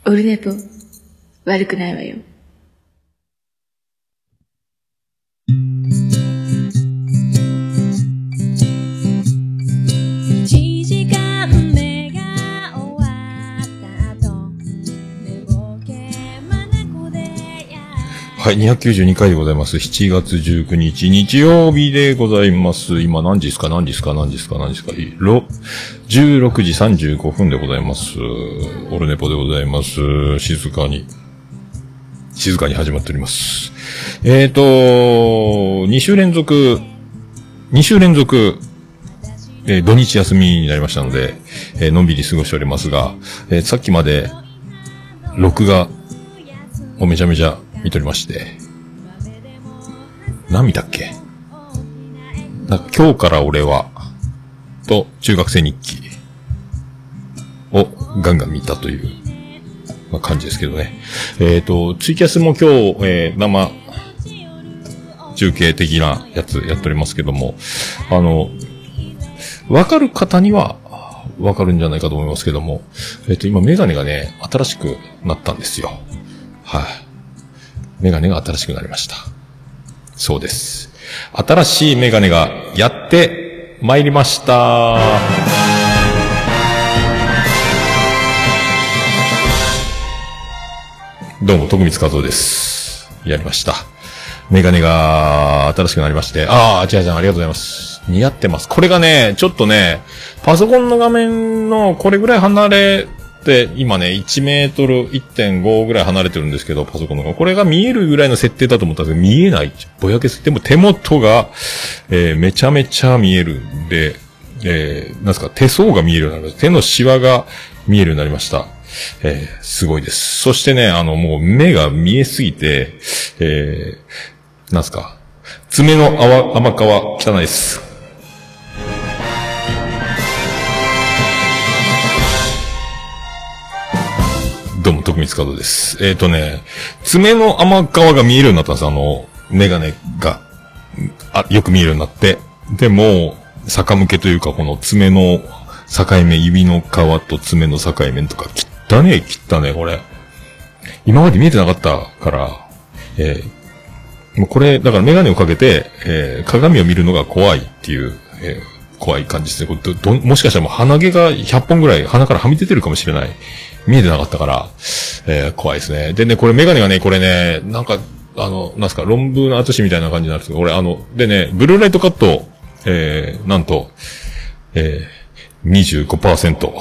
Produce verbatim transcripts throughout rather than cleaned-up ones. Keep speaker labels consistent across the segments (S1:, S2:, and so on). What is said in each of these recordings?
S1: オルネポ、悪くないわよ。
S2: はい、にひゃくきゅうじゅうにかいでございます。しちがつじゅうくにち、日曜日でございます。今何時ですか何時ですか何時ですか何時ですかろじゅうろくじさんじゅうごふんでございます。オルネポでございます。静かに、静かに始まっております。えーと、に週連続、に週連続、えー、土日休みになりましたので、えー、のんびり過ごしておりますが、えー、さっきまで、録画、をめちゃめちゃ、見とりまして。何見たっけ？なんか今日から俺は、と中学生日記をガンガン見たという、まあ、感じですけどね。えっと、ツイキャスも今日、えー、生中継的なやつやっておりますけども、あの、わかる方にはわかるんじゃないかと思いますけども、えっと、今メガネがね、新しくなったんですよ。はい、メガネが新しくなりました。そうです。新しいメガネがやって参りました。どうも、徳光和夫です。やりました。メガネが新しくなりまして、ああ、違う違う、ありがとうございます。似合ってます。これがね、ちょっとね、パソコンの画面のこれぐらい離れで、今ね、いちメートル いってんご ぐらい離れてるんですけど、パソコンの。これが見えるぐらいの設定だと思ったんですけど、見えない。ぼやけすぎて、でも手元が、えー、めちゃめちゃ見えるんで、えー、なんですか、手相が見えるようになりました。手のシワが見えるようになりました。えー、すごいです。そしてね、あの、もう目が見えすぎて、えー、なんですか、爪の甘、甘皮汚いです。どうも、徳光和夫です。えっとね、爪の甘皮が見えるようになったんです。あの、メガネが、あ、よく見えるようになって。でも、逆向けというか、この爪の境目、指の皮と爪の境目とか、汚ねえ、汚ねえ、これ。今まで見えてなかったから、えー、もうこれ、だからメガネをかけて、えー、鏡を見るのが怖いっていう、えー、怖い感じですね。これど、もしかしたらもう鼻毛がひゃっぽんぐらい鼻からはみ出てるかもしれない。見えてなかったから、えー、怖いですね。でね、これメガネがね、これね、なんか、あの、なんすか、論文の厚みたいな感じなんですけど、俺、あの、でね、ブルーライトカット、えー、なんと、えー、にじゅうごパーセント。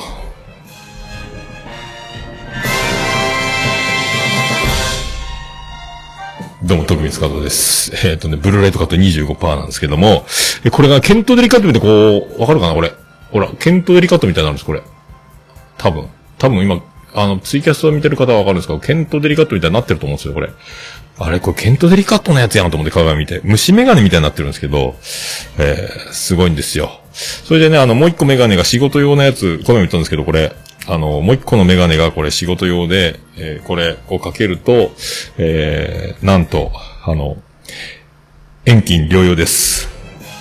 S2: どうも、徳光和夫です。えっとね、ブルーライトカット にじゅうごパーセント なんですけども、え、これがケントデリカット見てこう、わかるかなこれ。ほら、ケントデリカットみたいになるんです、これ。多分。多分今、あの、ツイキャスを見てる方はわかるんですけど、ケントデリカットみたいになってると思うんですよ、これ。あれ、これケントデリカットのやつやんと思って鏡見て。虫メガネみたいになってるんですけど、えー、すごいんですよ。それでね、あの、もう一個メガネが仕事用のやつ、この前言ったんですけど、これ、あの、もう一個のメガネがこれ仕事用で、えー、これをかけると、えー、なんと、あの、遠近療養です。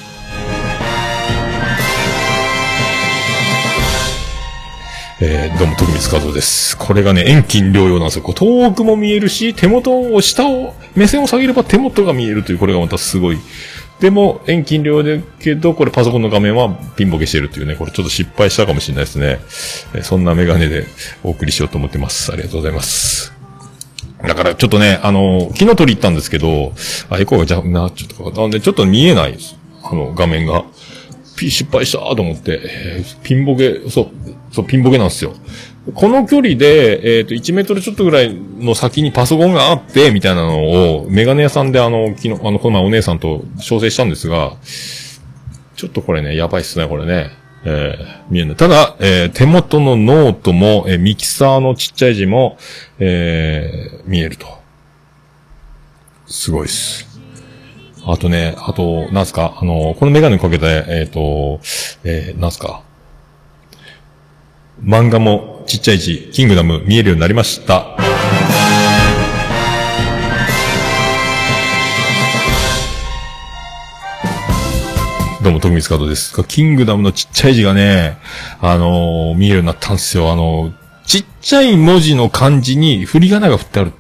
S2: えー、どうも、徳光和夫です。これがね、遠近療養なんですよ。こう遠くも見えるし、手元を、下を、目線を下げれば手元が見えるという、これがまたすごい。でも、遠近療養だけど、これパソコンの画面はピンボケしてるっていうね、これちょっと失敗したかもしれないですね。えー、そんなメガネでお送りしようと思ってます。ありがとうございます。だから、ちょっとね、あの、昨日撮り行ったんですけど、あ、エコーがじゃな、ちょっと、なんで、ちょっと見えないです。あの、画面が。ピ、失敗したと思って、えー、ピンボケ、そう、そう、ピンボケなんですよ。この距離で、えっと、いちメートルちょっとぐらいの先にパソコンがあって、みたいなのを、メガネ屋さんであの、昨日、あの、この前お姉さんと調整したんですが、ちょっとこれね、やばいっすね、これね。えー、見えない。ただ、えー、手元のノートも、えー、ミキサーのちっちゃい字も、えー、見えると。すごいっす。あとね、あと、なんすか、あの、このメガネかけて、えっと、えー、なんすか、漫画もちっちゃい字、キングダム見えるようになりました。どうも、徳光和夫です。キングダムのちっちゃい字がね、あのー、見えるようになったんですよ。あのー、 ちっちゃい文字の漢字に振り仮名が振ってあるって、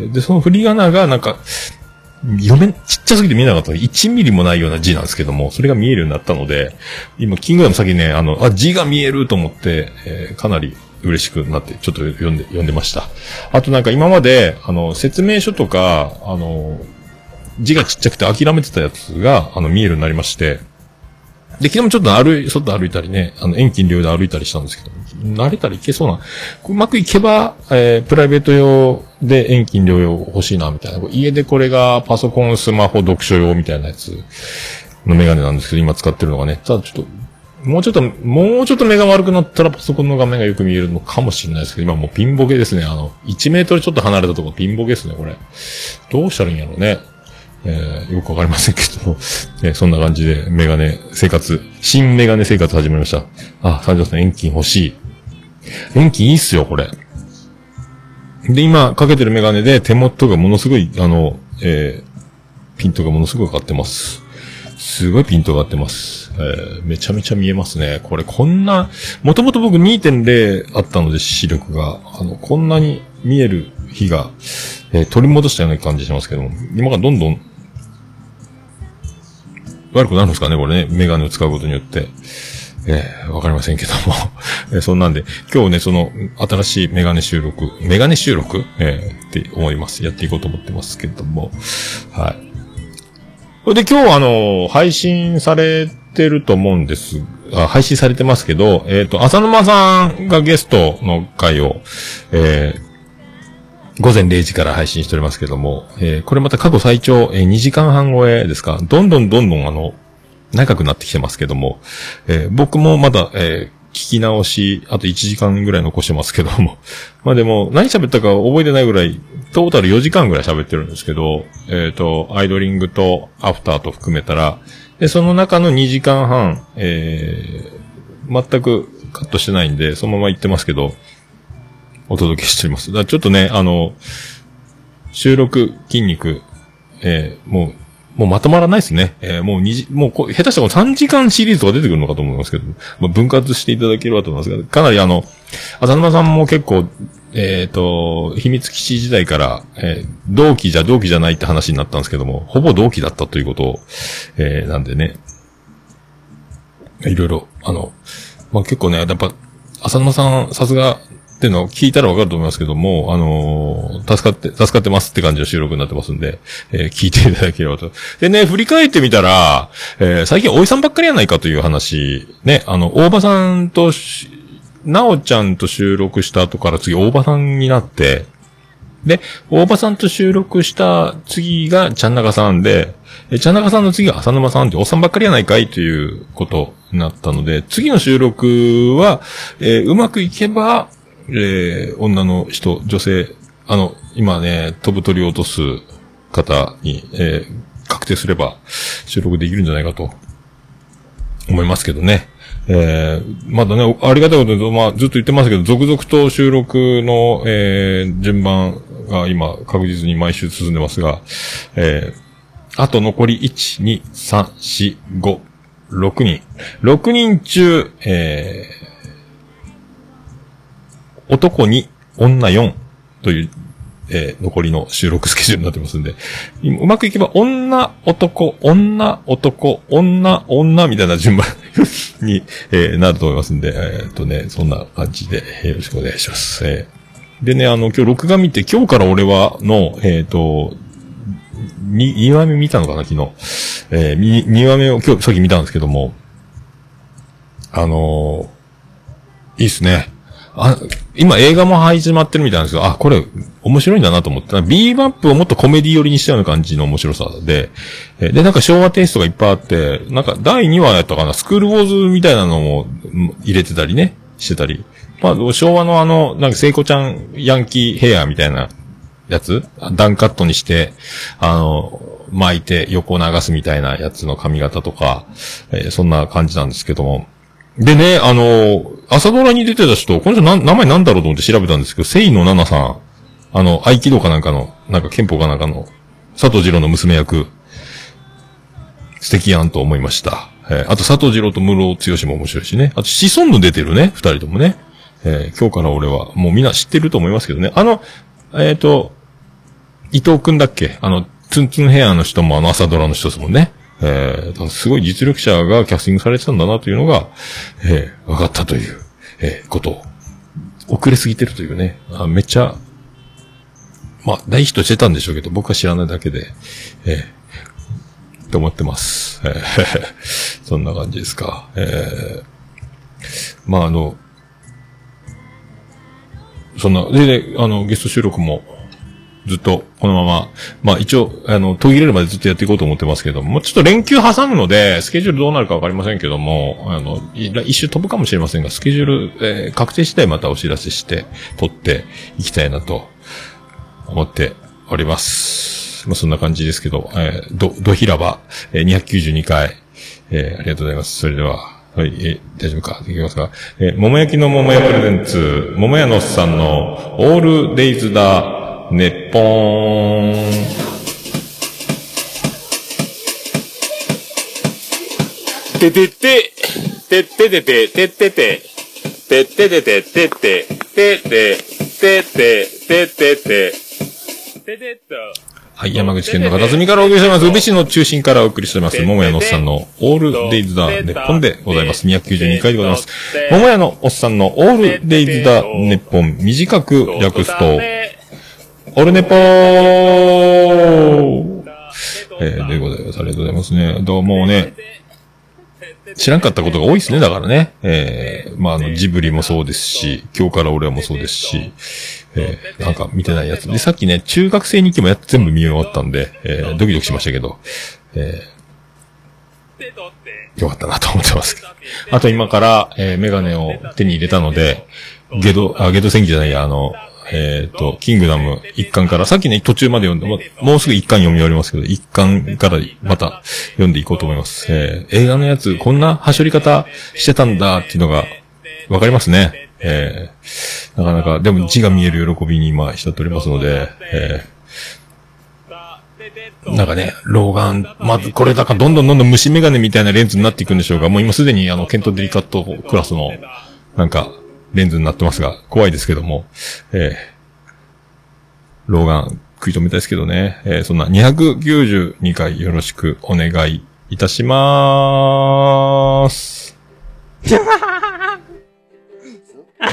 S2: で、その振り仮名がなんか、読め、ちっちゃすぎて見えなかったので、いちミリもないような字なんですけども、それが見えるようになったので、今、キングダム先ね、あの、あ、字が見えると思って、えー、かなり嬉しくなって、ちょっと読んで、読んでました。あとなんか今まで、あの、説明書とか、あの、字がちっちゃくて諦めてたやつが、あの、見えるようになりまして、で、昨日もちょっと歩い、外歩いたりね、あの、遠近両用で歩いたりしたんですけど、慣れたらいけそうな、うまくいけば、えー、プライベート用で遠近両用欲しいな、みたいな。家でこれがパソコン、スマホ、読書用みたいなやつのメガネなんですけど、今使ってるのがね。ただちょっと、もうちょっと、もうちょっと目が悪くなったらパソコンの画面がよく見えるのかもしれないですけど、今もうピンボケですね。あの、いちメートルちょっと離れたところピンボケですね、これ。どうしたらいいんやろうね。えー、よくわかりませんけど、えー、そんな感じでメガネ生活、新メガネ生活始まりました。あ、三条さん遠近欲しい。遠近いいっすよ、これ。で、今かけてるメガネで手元がものすごい、あの、えー、ピントがものすごいかかってます。すごいピントが合ってます。えー、めちゃめちゃ見えますね。これこんな、もともと僕 にてんゼロ あったので視力が、あの、こんなに見える日が、えー、取り戻したような感じしますけども、今がどんどん悪くなるんですかね、これね。メガネを使うことによって。えー、わかりませんけども。えー、そんなんで、今日ね、その、新しいメガネ収録、メガネ収録えー、って思います。やっていこうと思ってますけども。はい。それで今日あの、配信されてると思うんです。あ、配信されてますけど、えっと、浅沼さんがゲストの回を、えー、午前れいじから配信しておりますけども、えー、これまた過去最長、えー、にじかんはん超えですか。どんどんどんどんあの、長くなってきてますけども、えー、僕もまだ、えー、聞き直し、あといちじかんぐらい残してますけども、まあでも、何喋ったか覚えてないぐらい、トータルよじかんぐらい喋ってるんですけど、えっと、アイドリングとアフターと含めたら、で、その中のにじかんはん、えー、全くカットしてないんで、そのまま言ってますけど、お届けしております。だからちょっとね、あの、収録筋肉、えー、もう、もうまとまらないですね。えー、もうにじ、もうこ、下手したらさんじかんシリーズとか出てくるのかと思いますけど、まあ、分割していただければと思いますが、かなりあの、浅沼さんも結構、えっと、秘密基地時代から、えー、同期じゃ同期じゃないって話になったんですけども、ほぼ同期だったということを、えー、なんでね、いろいろ、あの、まあ、結構ね、やっぱ、浅沼さん、さすが、っていうのを聞いたらわかると思いますけども、あのー、助かって、助かってますって感じの収録になってますんで、えー、聞いていただければと。でね、振り返ってみたら、えー、最近おいさんばっかりやないかという話、ね、あの、大場さんと、なおちゃんと収録した後から次大場さんになって、で、大場さんと収録した次がちゃんなかさんで、え、ちゃんなかさんの次が浅沼さんっておっさんばっかりやないかいということになったので、次の収録は、えー、うまくいけば、えー、女の人、女性、あの、今ね、飛ぶ鳥を落とす方に、えー、確定すれば収録できるんじゃないかと思いますけどね。えー、まだね、ありがたいことで、まあ、ずっと言ってますけど、続々と収録の、えー、順番が今確実に毎週進んでますが、えー、あと残りいち、に、さん、よん、ご、ろくにん。ろくにん中、えー、男に、女よんという、えー、残りの収録スケジュールになってますんで、うまくいけば女、男、女、男、女、女みたいな順番に、えー、なると思いますんで、えー、っとね、そんな感じで、えー、よろしくお願いします。えー、でね、あの、今日録画見て、今日から俺はの、えー、っと、に、にわめ見たのかな、昨日。えー、に、にわめを今日、さっき見たんですけども、あのー、いいっすね。あ、今映画も始まってるみたいなんですけど、あ、これ面白いんだなと思って、ビーバップをもっとコメディ寄りにしたような感じの面白さで、で、なんか昭和テイストがいっぱいあって、なんかだいにわやったかな、スクールウォーズみたいなのも入れてたりね、してたり。まあ、昭和のあの、なんか聖子ちゃんヤンキーヘアみたいなやつ、ダンカットにして、あの、巻いて横流すみたいなやつの髪型とか、えー、そんな感じなんですけども。でね、あの、朝ドラに出てた人、この人な名前なんだろうと思って調べたんですけど、清野奈々さん、あの、合気道かなんかの、なんか憲法かなんかの、佐藤二郎の娘役、素敵やんと思いました。えー、あと佐藤二郎と室尾剛も面白いしね。あとシソンヌ出てるね、二人ともね。 えー、今日から俺は、もうみんな知ってると思いますけどね。あの、えっ、ー、と、伊藤くんだっけあの、ツンツンヘアの人もあの朝ドラの人ですもんね。えー、すごい実力者がキャスティングされてたんだなというのが、えー、分かったという、えー、ことを。遅れすぎてるというね。あめっちゃ、まあ、大ヒットしてたんでしょうけど、僕は知らないだけで、えー、と思ってます。えー、そんな感じですか。えー、まあ、あの、そんな、で、で、あの、ゲスト収録も、ずっと、このまま、まあ一応、あの、途切れるまでずっとやっていこうと思ってますけども、ちょっと連休挟むので、スケジュールどうなるかわかりませんけども、あの、一周飛ぶかもしれませんが、スケジュール、えー、確定次第またお知らせして、撮っていきたいなと、思っております。まあそんな感じですけど、えー、ど、ど平場、えー、にひゃくきゅうじゅうにかい、えー、ありがとうございます。それでは、はい、えー、大丈夫かできますかえー、桃焼きの桃屋プレゼンツ、桃屋のおっさんの、オールデイズだ、ねっぽーん。ててて、てててて、ててて、てててて、てて、てて、てて、ててて、ててと。はい、山口県の片隅からお送りしております。宇部市の中心からお送りしております。桃屋のおっさんのオールデイズだネッポンでございます。にひゃくきゅうじゅうにかいでございます。桃屋のおっさんのオールデイズだネッポン、短く略すと、オルネポーえー、でございます。ありがとうございますね。どうもね、知らんかったことが多いですね、だからね。えー、まあ、あの、ジブリもそうですし、今日から俺はもそうですし、えー、なんか見てないやつ。で、さっきね、中学生日記もやって全部見終わったんで、えー、ドキドキしましたけど、えー、よかったなと思ってますけど。あと今から、えー、メガネを手に入れたので、ゲド、あ、ゲド戦記じゃないや、あの、えっ、ー、と、キングダム一巻から、さっきね、途中まで読んで、もう、もうすぐ一巻読み終わりますけど、一巻からまた読んでいこうと思います。えー、映画のやつ、こんな端折り方してたんだっていうのが、わかりますね。えー、なかなか、でも字が見える喜びに今、浸っておりますので、えー、なんかね、老眼、まず、これだからどんどんどんどん虫眼鏡みたいなレンズになっていくんでしょうが、もう今すでにあの、ケントデリカットクラスの、なんか、レンズになってますが、怖いですけども、えー、老眼食い止めたいですけどね、えー、そんなにひゃくきゅうじゅうにかいよろしくお願いいたしまーす。
S3: いやー、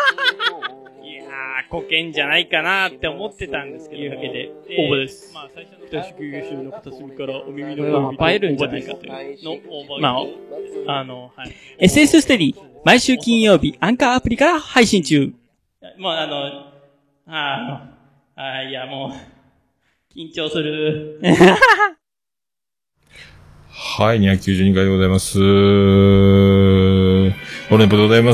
S3: こけんじゃないかなって思ってたんですけど、いうわけで、応募です。まあ、最初の北宿優秀の片隅からお耳の声を映えるんじゃないかというの応募。まあ、あの、はい。エスエス ステディ、毎週金曜日、アンカーアプリから配信中。もうあの、ああ、あいやもう、緊張する。
S2: はい、にひゃくきゅうじゅうにかいでございます。おねぽでございます。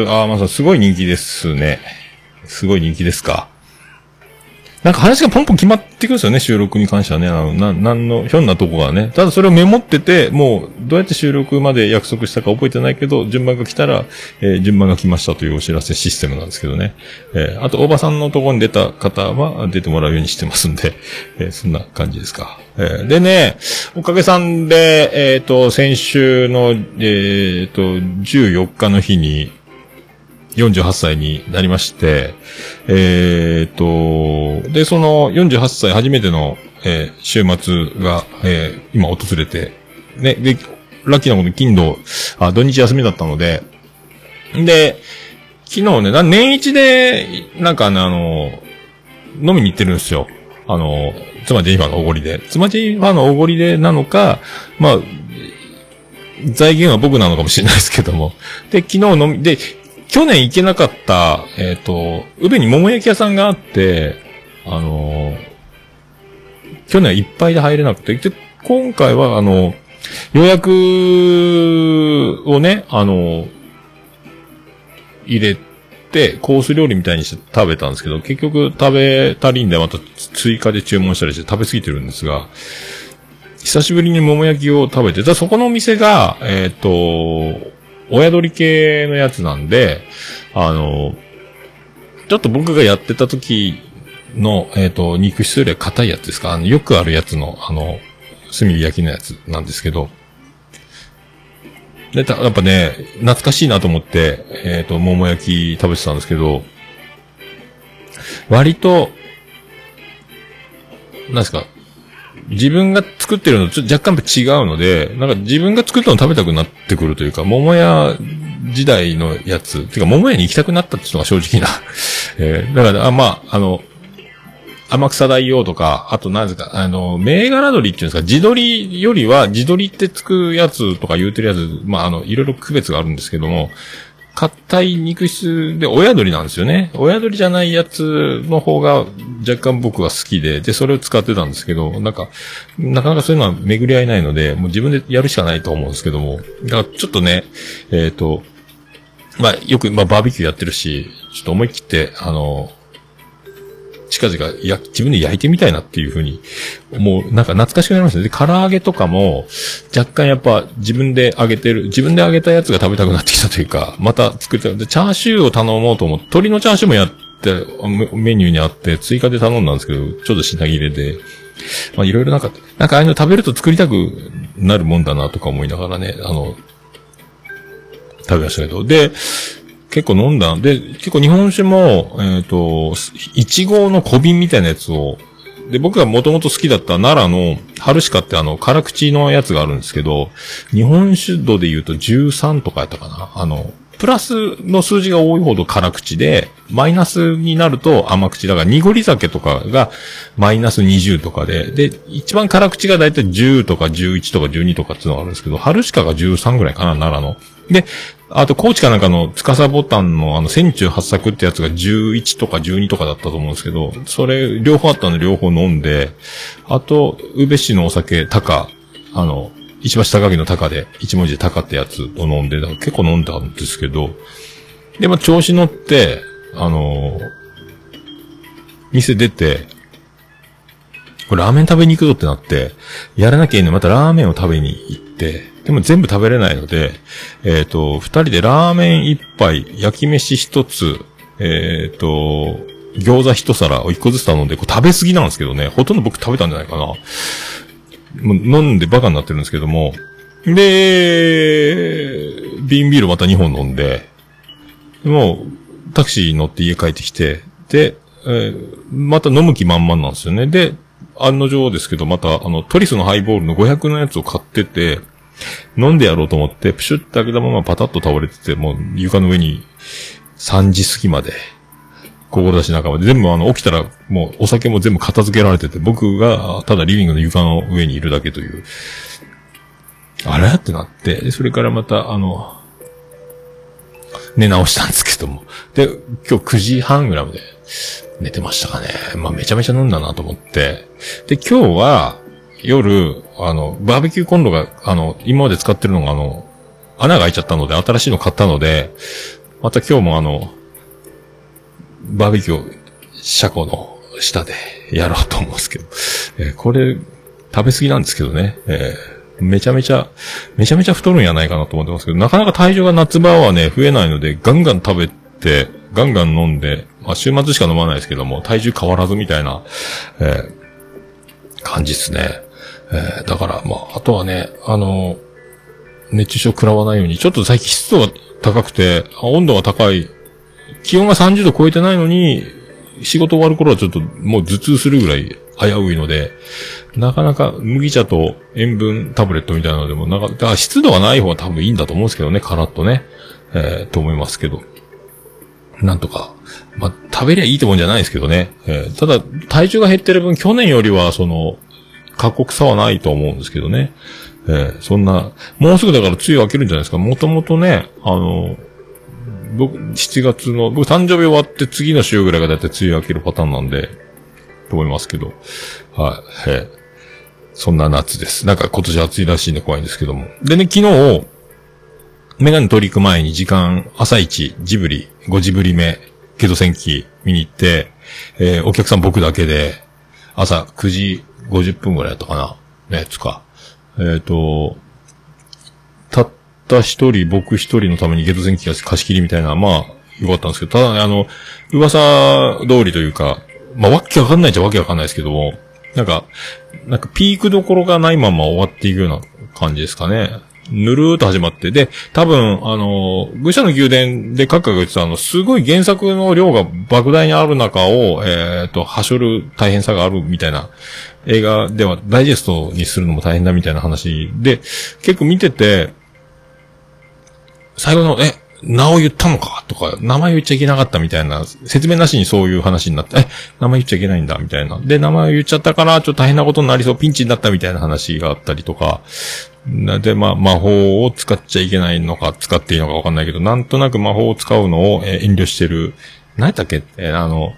S2: ああ、まさすごい人気ですね。すごい人気ですか。なんか話がポンポン決まってくるんですよね、収録に関してはね。あの、な、なんの、ひょんなとこがね。ただそれをメモってて、もう、どうやって収録まで約束したか覚えてないけど、順番が来たら、えー、順番が来ましたというお知らせシステムなんですけどね。えー、あと、大場さんのところに出た方は出てもらうようにしてますんで、えー、そんな感じですか。えー、でね、おかげさんで、えっと、先週の、えっと、じゅうよっかの日に、よんじゅうはっさいになりまして、えー、っと、で、そのよんじゅうはっさい初めての、えー、週末が、えー、今訪れて、ね、で、ラッキーなことに金土、あ、土日休みだったので、で、昨日ね、な年一で、なんかね、あの、飲みに行ってるんですよ。あの、妻ジェニファーのおごりで。妻ジェニファーのおごりでなのか、まあ、財源は僕なのかもしれないですけども。で、昨日飲み、で、去年行けなかった、えっと、宇部に桃焼き屋さんがあって、あの、去年はいっぱいで入れなくて、で、今回は、あの、予約をね、あの、入れて、コース料理みたいにして食べたんですけど、結局食べ足りんでまた追加で注文したりして食べ過ぎてるんですが、久しぶりに桃焼きを食べて、だそこのお店が、えっと、親鳥系のやつなんで、あの、ちょっと僕がやってた時の、えっと、肉質よりは硬いやつですか？あの、よくあるやつの、あの、炭火焼きのやつなんですけど、 で、た、やっぱね、懐かしいなと思って、えっと、桃焼き食べてたんですけど、割と、なんですか、自分が作ってるのと若干違うので、なんか自分が作ったの食べたくなってくるというか、桃屋時代のやつ、てか桃屋に行きたくなったっていうのが正直な。えー、だから、あ、まあ、あの、天草大王とか、あと何ですか、あの、銘柄鶏っていうんですか、地鶏よりは、地鶏ってつくやつとか言うてるやつ、まあ、あの、いろいろ区別があるんですけども、硬い肉質で親鶏なんですよね。親鶏じゃないやつの方が若干僕は好きで、で、それを使ってたんですけど、なんか、なかなかそういうのは巡り合いないので、もう自分でやるしかないと思うんですけども、だからちょっとね、えっと、まあ、よく、まあ、バーベキューやってるし、ちょっと思い切って、あの、近々や、自分で焼いてみたいなっていうふうに、もうなんか懐かしくなりましたね。で、唐揚げとかも、若干やっぱ自分で揚げてる、自分で揚げたやつが食べたくなってきたというか、また作りたい。で、チャーシューを頼もうと思って、鶏のチャーシューもやって、メニューにあって、追加で頼んだんですけど、ちょっと品切れで、まあいろいろなんか、なんかああいうの食べると作りたくなるもんだなとか思いながらね、あの、食べましたけど、で、結構飲んだ。で、結構日本酒も、えっと、一合の小瓶みたいなやつを、で、僕がもともと好きだった奈良の春鹿ってあの、辛口のやつがあるんですけど、日本酒度で言うとじゅうさんとかやったかな。あの、プラスの数字が多いほど辛口で、マイナスになると甘口だから、濁り酒とかがマイナスにじゅうとかで、で、一番辛口がだいたいじゅうとかじゅういちとかじゅうにとかっていうのがあるんですけど、春鹿がじゅうさんぐらいかな、奈良の。で、あと、高知かなんかの、つかさボタンの、あの、千中八作ってやつがじゅういちとかじゅうにとかだったと思うんですけど、それ、両方あったんで両方飲んで、あと、宇部市のお酒、高、あの、石橋高木の高で、一文字で高ってやつを飲んで、だから結構飲んだんですけど、で、まあ、調子乗って、あのー、店出て、これラーメン食べに行くぞってなって、やらなきゃいいのにまたラーメンを食べに行って、でも全部食べれないので、えっと、二人でラーメン一杯、焼き飯一つ、えっと、餃子一皿を一個ずつ頼んで、これ食べ過ぎなんですけどね、ほとんど僕食べたんじゃないかな。もう飲んでバカになってるんですけども、で、瓶ビールまた二本飲んで、もう、タクシー乗って家帰ってきて、で、えー、また飲む気満々なんですよね。で、案の定ですけど、また、あの、トリスのハイボールのごひゃくのやつを買ってて、飲んでやろうと思って、プシュッて開けたままパタッと倒れてて、もう床の上にさんじ過ぎまで、志半ばで、全部あの、起きたら、もうお酒も全部片付けられてて、僕がただリビングの床の上にいるだけという、あれってなって、で、それからまた、あの、寝直したんですけども。で、今日くじはんぐらいまで寝てましたかね。まあめちゃめちゃ飲んだなと思って。で、今日は夜、あの、バーベキューコンロが、あの、今まで使ってるのがあの、穴が開いちゃったので、新しいの買ったので、また今日もあの、バーベキューを車庫の下でやろうと思うんですけど、えー、これ、食べ過ぎなんですけどね、えーめちゃめちゃ、めちゃめちゃ太るんやないかなと思ってますけど、なかなか体重が夏場はね、増えないので、ガンガン食べて、ガンガン飲んで、まあ週末しか飲まないですけども、体重変わらずみたいな、えー、感じですね。えー、だから、まあ、あとはね、あの、熱中症食らわないように、ちょっと最近湿度が高くて、温度が高い、気温がさんじゅうど超えてないのに、仕事終わる頃はちょっともう頭痛するぐらい危ういので、なかなか麦茶と塩分タブレットみたいなのでも、なんか、だから湿度がない方が多分いいんだと思うんですけどね、カラッとね、えー、と思いますけど。なんとか、まあ、食べりゃいいってもんじゃないですけどね。えー、ただ、体重が減ってる分、去年よりは、その、過酷さはないと思うんですけどね。えー、そんな、もうすぐだから梅雨明けるんじゃないですか。もともとね、あの、僕、しちがつの、僕誕生日終わって次の週ぐらいがだいたい梅雨明けるパターンなんで、と思いますけど。はい、えー、そんな夏です。なんか今年暑いらしいんで怖いんですけども。でね、昨日、メガネ取り行く前に時間、朝一、ジブリ、ごジブリ目、ゲド戦記見に行って、えー、お客さん僕だけで、朝くじごじゅっぷんぐらいだったかな。ね、つか。えっ、ー、と、たった一人、僕一人のためにゲド戦記が貸し切りみたいな、まあ、よかったんですけど、ただね、あの、噂通りというか、まあ、わけわかんないっちゃわけわかんないですけども、なんか、なんかピークどころがないまま終わっていくような感じですかね。 ぬるーっと始まって、で、多分、あの、愚者の宮殿で閣下が言ってたあの、すごい原作の量が莫大にある中を、えっと、はしょる大変さがあるみたいな、映画ではダイジェストにするのも大変だみたいな話で、結構見てて、最後の、え、名を言ったのかとか、名前言っちゃいけなかったみたいな、説明なしにそういう話になって、え、名前言っちゃいけないんだみたいな。で、名前言っちゃったから、ちょっと大変なことになりそう、ピンチになったみたいな話があったりとか、で、まあ、魔法を使っちゃいけないのか、使っていいのかわかんないけど、なんとなく魔法を使うのを、えー、遠慮してる、何やったっけ、えー、あの、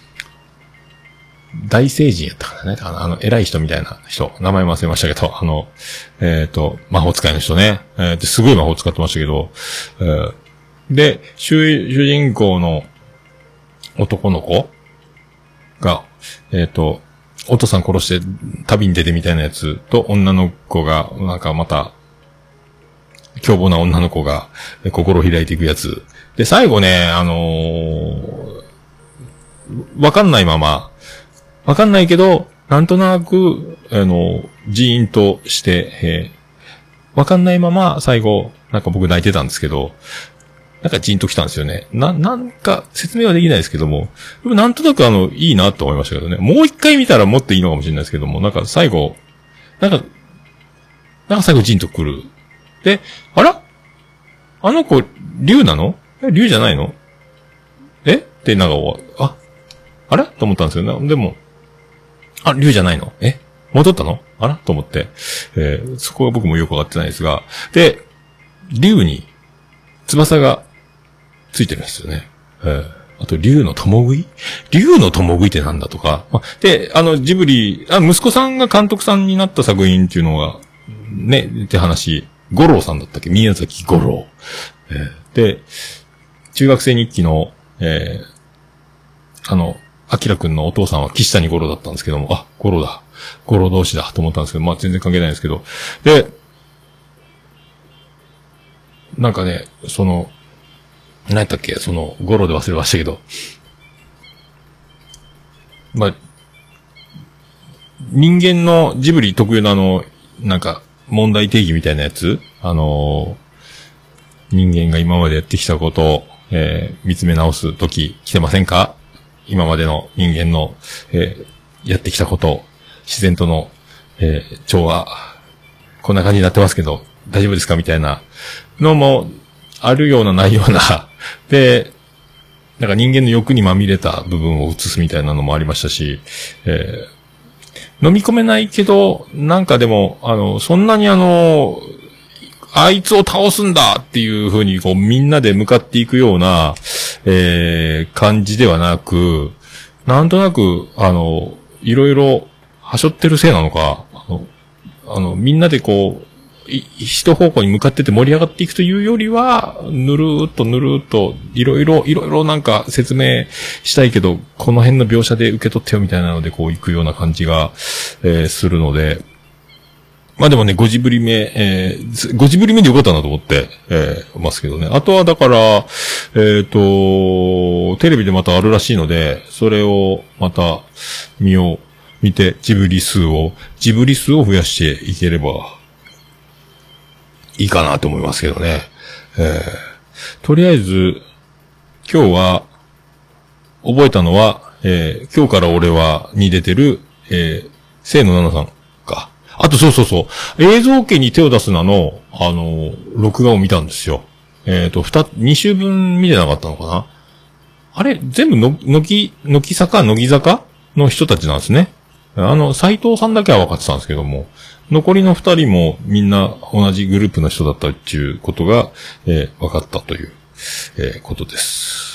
S2: 大聖人やったからね。あの、あの偉い人みたいな人。名前も忘れましたけど、あの、えっ、ー、と、魔法使いの人ね。えー、ですごい魔法使ってましたけど、えー、で、主、主人公の男の子が、えっ、ー、と、お父さん殺して旅に出てみたいなやつと女の子が、なんかまた、凶暴な女の子が心を開いていくやつ。で、最後ね、あのー、わかんないまま、わかんないけど、なんとなく、あの、ジーンとして、えー、わかんないまま、最後、なんか僕泣いてたんですけど、なんかジーンと来たんですよね。な、なんか、説明はできないですけども、でもなんとなくあの、いいなと思いましたけどね。もう一回見たらもっといいのかもしれないですけども、なんか最後、なんか、なんか最後ジーンと来る。で、あらあの子、竜なのえ、竜じゃないのえってなんか、あ、あれと思ったんですよね。でも、あ、竜じゃないのえ戻ったのあらと思って、えー、そこは僕もよくわかってないですが、で、竜に翼がついてるんですよね。えー、あと、竜の共食い竜の共食いってなんだとか。ま、で、あの、ジブリ、あ、息子さんが監督さんになった作品っていうのが、ね、って話、五郎さんだったっけ宮崎五郎。えー、で、中学生日記の、えー、あの、アキラくんのお父さんは岸谷五郎だったんですけども、あ、五郎だ。五郎同士だと思ったんですけど、まあ全然関係ないんですけど。で、なんかね、その、何やったっけ、その、五郎で忘れましたけど、まあ、人間のジブリ特有のあの、なんか、問題定義みたいなやつ、あのー、人間が今までやってきたことを、えー、見つめ直す時来てませんか今までの人間の、えー、やってきたこと、自然との、えー、調和、こんな感じになってますけど、大丈夫ですかみたいなのも、あるようなないような、で、なんか人間の欲にまみれた部分を映すみたいなのもありましたし、えー、飲み込めないけど、なんかでも、あの、そんなにあの、あいつを倒すんだっていう風にこうみんなで向かっていくような、えー、感じではなく、なんとなく、あの、いろいろ、はしょってるせいなのか、あの、あのみんなでこう、一方向に向かってて盛り上がっていくというよりは、ぬるーっとぬるーっと、いろいろ、いろいろなんか説明したいけど、この辺の描写で受け取ってよみたいなのでこう行くような感じが、えー、するので、まあでもね、ごじぶりめ、えー、ごじぶりめでよかったなと思って、えー、ますけどね。あとはだから、えっと、テレビでまたあるらしいので、それをまた見よう、見て、ジブリ数を、ジブリ数を増やしていければ、いいかなと思いますけどね。えー、とりあえず、今日は、覚えたのは、えー、今日から俺は、に出てる、えー、清野奈々さんか。あとそうそうそう、映像系に手を出すなの、あの、録画を見たんですよ。えっと、二、二週分見てなかったのかなあれ、全部の、のき、のき坂、のぎ坂の人たちなんですね。あの、斎藤さんだけは分かってたんですけども、残りの二人もみんな同じグループの人だったっていうことが、えー、分かったという、えー、ことです。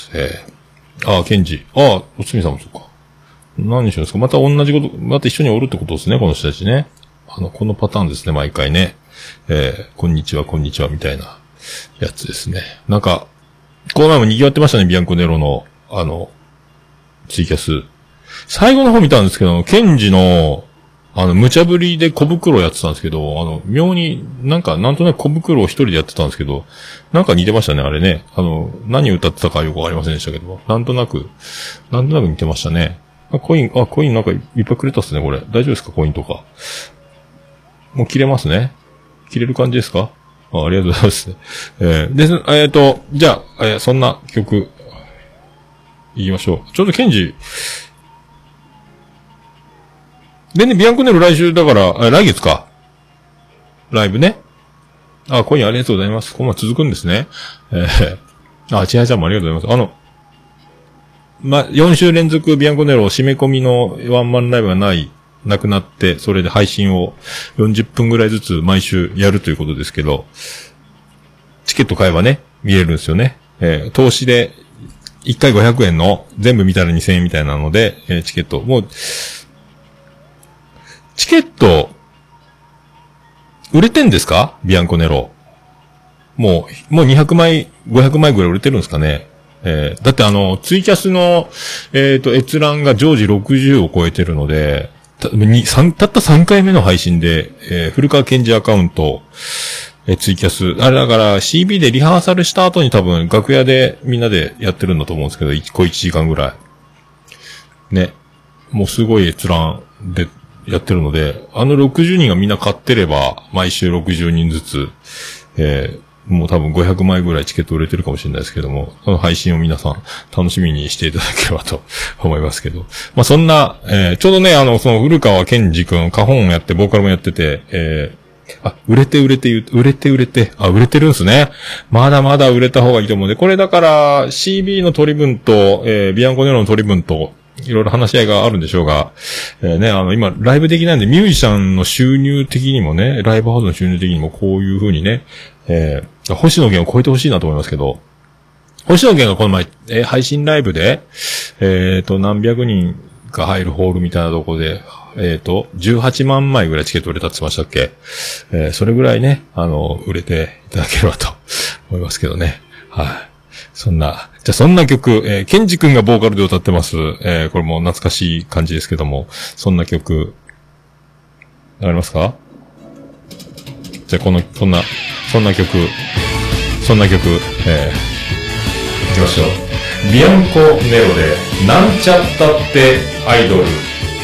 S2: えー、ああ、ケンジ。ああ、おつみさんもそうか。何しろですかまた同じこと、また一緒におるってことですね、この人たちね。あの、このパターンですね、毎回ね。えー、こんにちは、こんにちは、みたいなやつですね。なんか、この前も賑わってましたね、ビアンコネロの、あの、ツイキャス。最後の方見たんですけど、ケンジの、あの、無茶ぶりで小袋やってたんですけど、あの、妙になんか、なんとなく小袋を一人でやってたんですけど、なんか似てましたね、あれね。あの、何歌ってたかよくわかりませんでしたけど、なんとなく、なんとなく似てましたね。あ、コイン、あ、コインなんかいっぱいくれたっすね、これ。大丈夫ですか、コインとか。もう切れますね。切れる感じですか？ あ、ありがとうございます。えー、で、えっ、ー、と、じゃあ、えー、そんな曲、言いましょう。ちょうどケンジ、でね、ビアンコネロ来週だから、来月か。ライブね。あ、今夜ありがとうございます。今夜続くんですね。えー、あ、千早ちゃんもありがとうございます。あの、ま、よん週連続ビアンコネロ締め込みのワンマンライブがない、なくなって、それで配信をよんじゅっぷんぐらいずつ毎週やるということですけど、チケット買えばね、見れるんですよね。えー、投資で、いっかいごひゃくえんの、全部見たらにせんえんみたいなので、えー、チケット、もう、チケット、売れてんですか？ビアンコネロ。もう、もうにひゃくまい、ごひゃくまいぐらい売れてるんですかね。えー、だってあの、ツイキャスの、えっと、閲覧が常時ろくじゅうを超えてるので、た、に、三、たったさんかいめの配信で、えー、古川健二アカウント、えー、ツイキャス、あれだから シービー でリハーサルした後に多分楽屋でみんなでやってるんだと思うんですけど、一個いちじかんぐらい。ね。もうすごい閲覧でやってるので、あのろくじゅうにんがみんな買ってれば、毎週ろくじゅうにんずつ、えー、もう多分ごひゃくまいぐらいチケット売れてるかもしれないですけども、その配信を皆さん楽しみにしていただければと思いますけど。まあ、そんな、えー、ちょうどね、あの、その古川健二くん、カホンやって、ボーカルもやってて、えー、あ、売れて売れて、売れて売れて、あ、売れてるんですね。まだまだ売れた方がいいと思うんで、これだから シービー の取り分と、えー、ビアンコネロの取り分と、いろいろ話し合いがあるんでしょうが、えー、ね、あの、今、ライブできないんで、ミュージシャンの収入的にもね、ライブハウスの収入的にもこういう風にね、えー、星野源を超えてほしいなと思いますけど、星野源がこの前、えー、配信ライブで、えーと、何百人が入るホールみたいなところで、えーと、じゅうはちまんまいぐらいチケット売れたって言ってましたっけ？えー、それぐらいね、あの、売れていただければと思いますけどね。はい。そんな、じゃあそんな曲、えー、ケンジ君がボーカルで歌ってます。えー、これも懐かしい感じですけども、そんな曲、わかりますか？じゃあこの、そんな、そんな曲、そんな曲、えー、いきましょう。ビアンコネロで、なんちゃったってアイドル。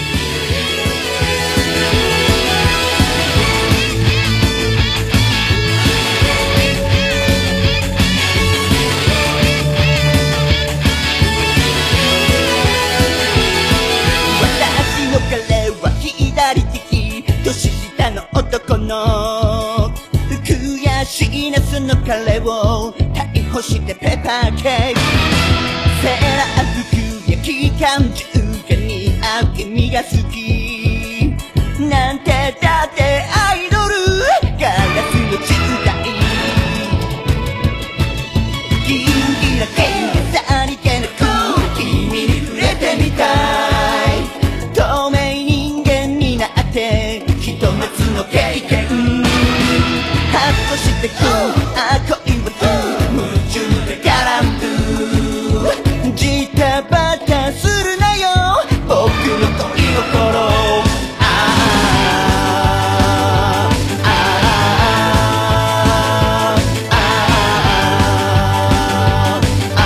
S4: 男の悔しいなその彼を逮捕してペーパーケーキセーラー服や機関銃が似合う君が好きなんてだってアイドルガラスのじゅうだいギンギラギラさりげなく君に触れてみたい透明人間になっての経験ハッとしてくあ恋は夢中で絡むジタバタするなよ僕の恋心あああああ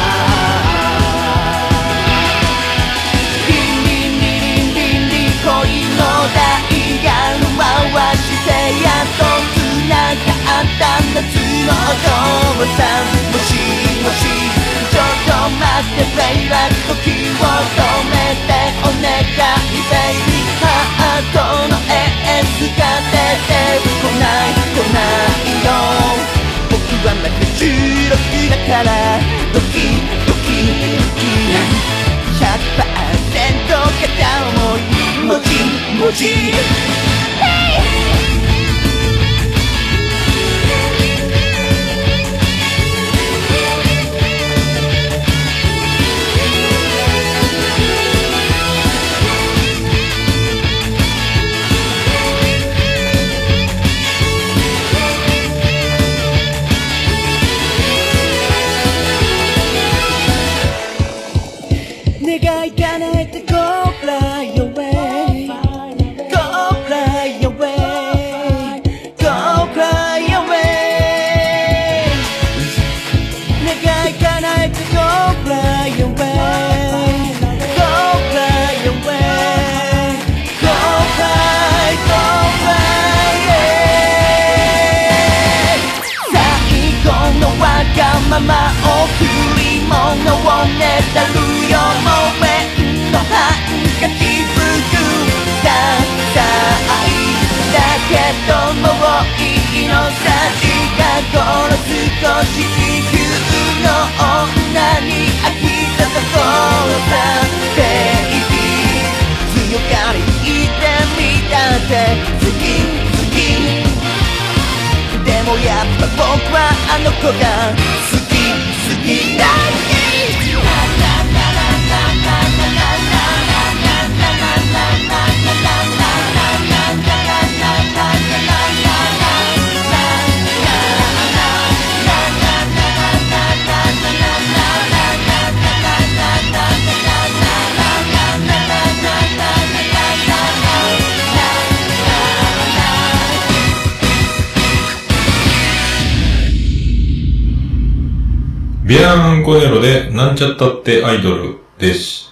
S4: あリンリンリリンリンリン恋のダイヤル回してやっと繋がった夏のお父さんもしもしちょっと待ってベイバー時を止めてお願いベイビーハートのエースが出てこない来ないよ僕はまだじゅうろくだからドキドキドキ ひゃくパーセント 片思いもじもじ願い叶えて Go fly away Go fly away Go fly away 願い叶えて Go fly away Go fly away Go fly Go fly away さ
S2: ビアンコネロでなんちゃったってアイドルでした。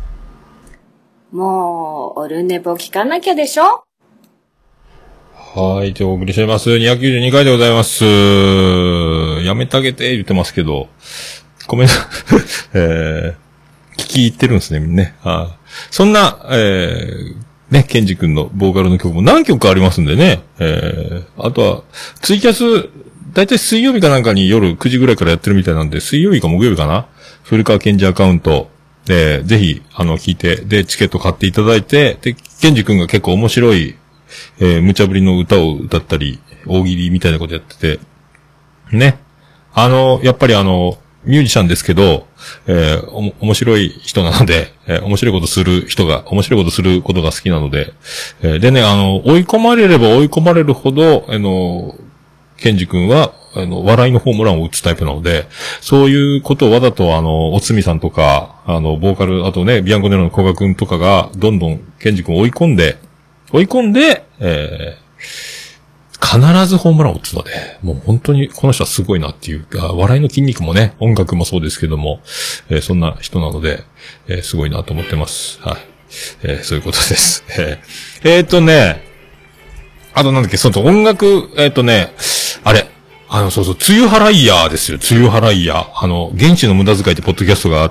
S1: もう、オルネポ聞かなきゃでしょ？
S2: はい、でお送りしております。にひゃくきゅうじゅうにかいでございます。やめてあげて言ってますけど、ごめんなさい。えー、聞き入ってるんですね、みんなね。はあ、そんな、えー、ね、ケンジ君のボーカルの曲も何曲かありますんでね。えー、あとは、ツイキャス、だいたい水曜日かなんかに夜くじぐらいからやってるみたいなんで、水曜日か木曜日かな、古川ケンジアカウントで、ぜひ、あの、聞いて、で、チケット買っていただいて、で、ケンジ君が結構面白い、えー、無茶ぶりの歌を歌ったり、大喜利みたいなことやってて、ね。あの、やっぱりあの、ミュージシャンですけど、えー、おも、面白い人なので、えー、面白いことする人が、面白いことすることが好きなので、えー、でね、あの、追い込まれれば追い込まれるほど、あの、ケンジ君は、あの、笑いのホームランを打つタイプなので、そういうことをわざとあの、おつみさんとか、あの、ボーカル、あとね、ビアンコネロの古賀君とかが、どんどんケンジ君を追い込んで、追い込んで、えー、必ずホームランを打つので、もう本当にこの人はすごいなっていうか、笑いの筋肉もね、音楽もそうですけども、えー、そんな人なので、えー、すごいなと思ってます。はい。えー、そういうことです。えー、えーとね、あとなんだっけ、その音楽、えーとね、あれ、あの、そうそう、梅雨払いヤーですよ、梅雨払いヤー。あの、現地の無駄遣いってポッドキャストがあって、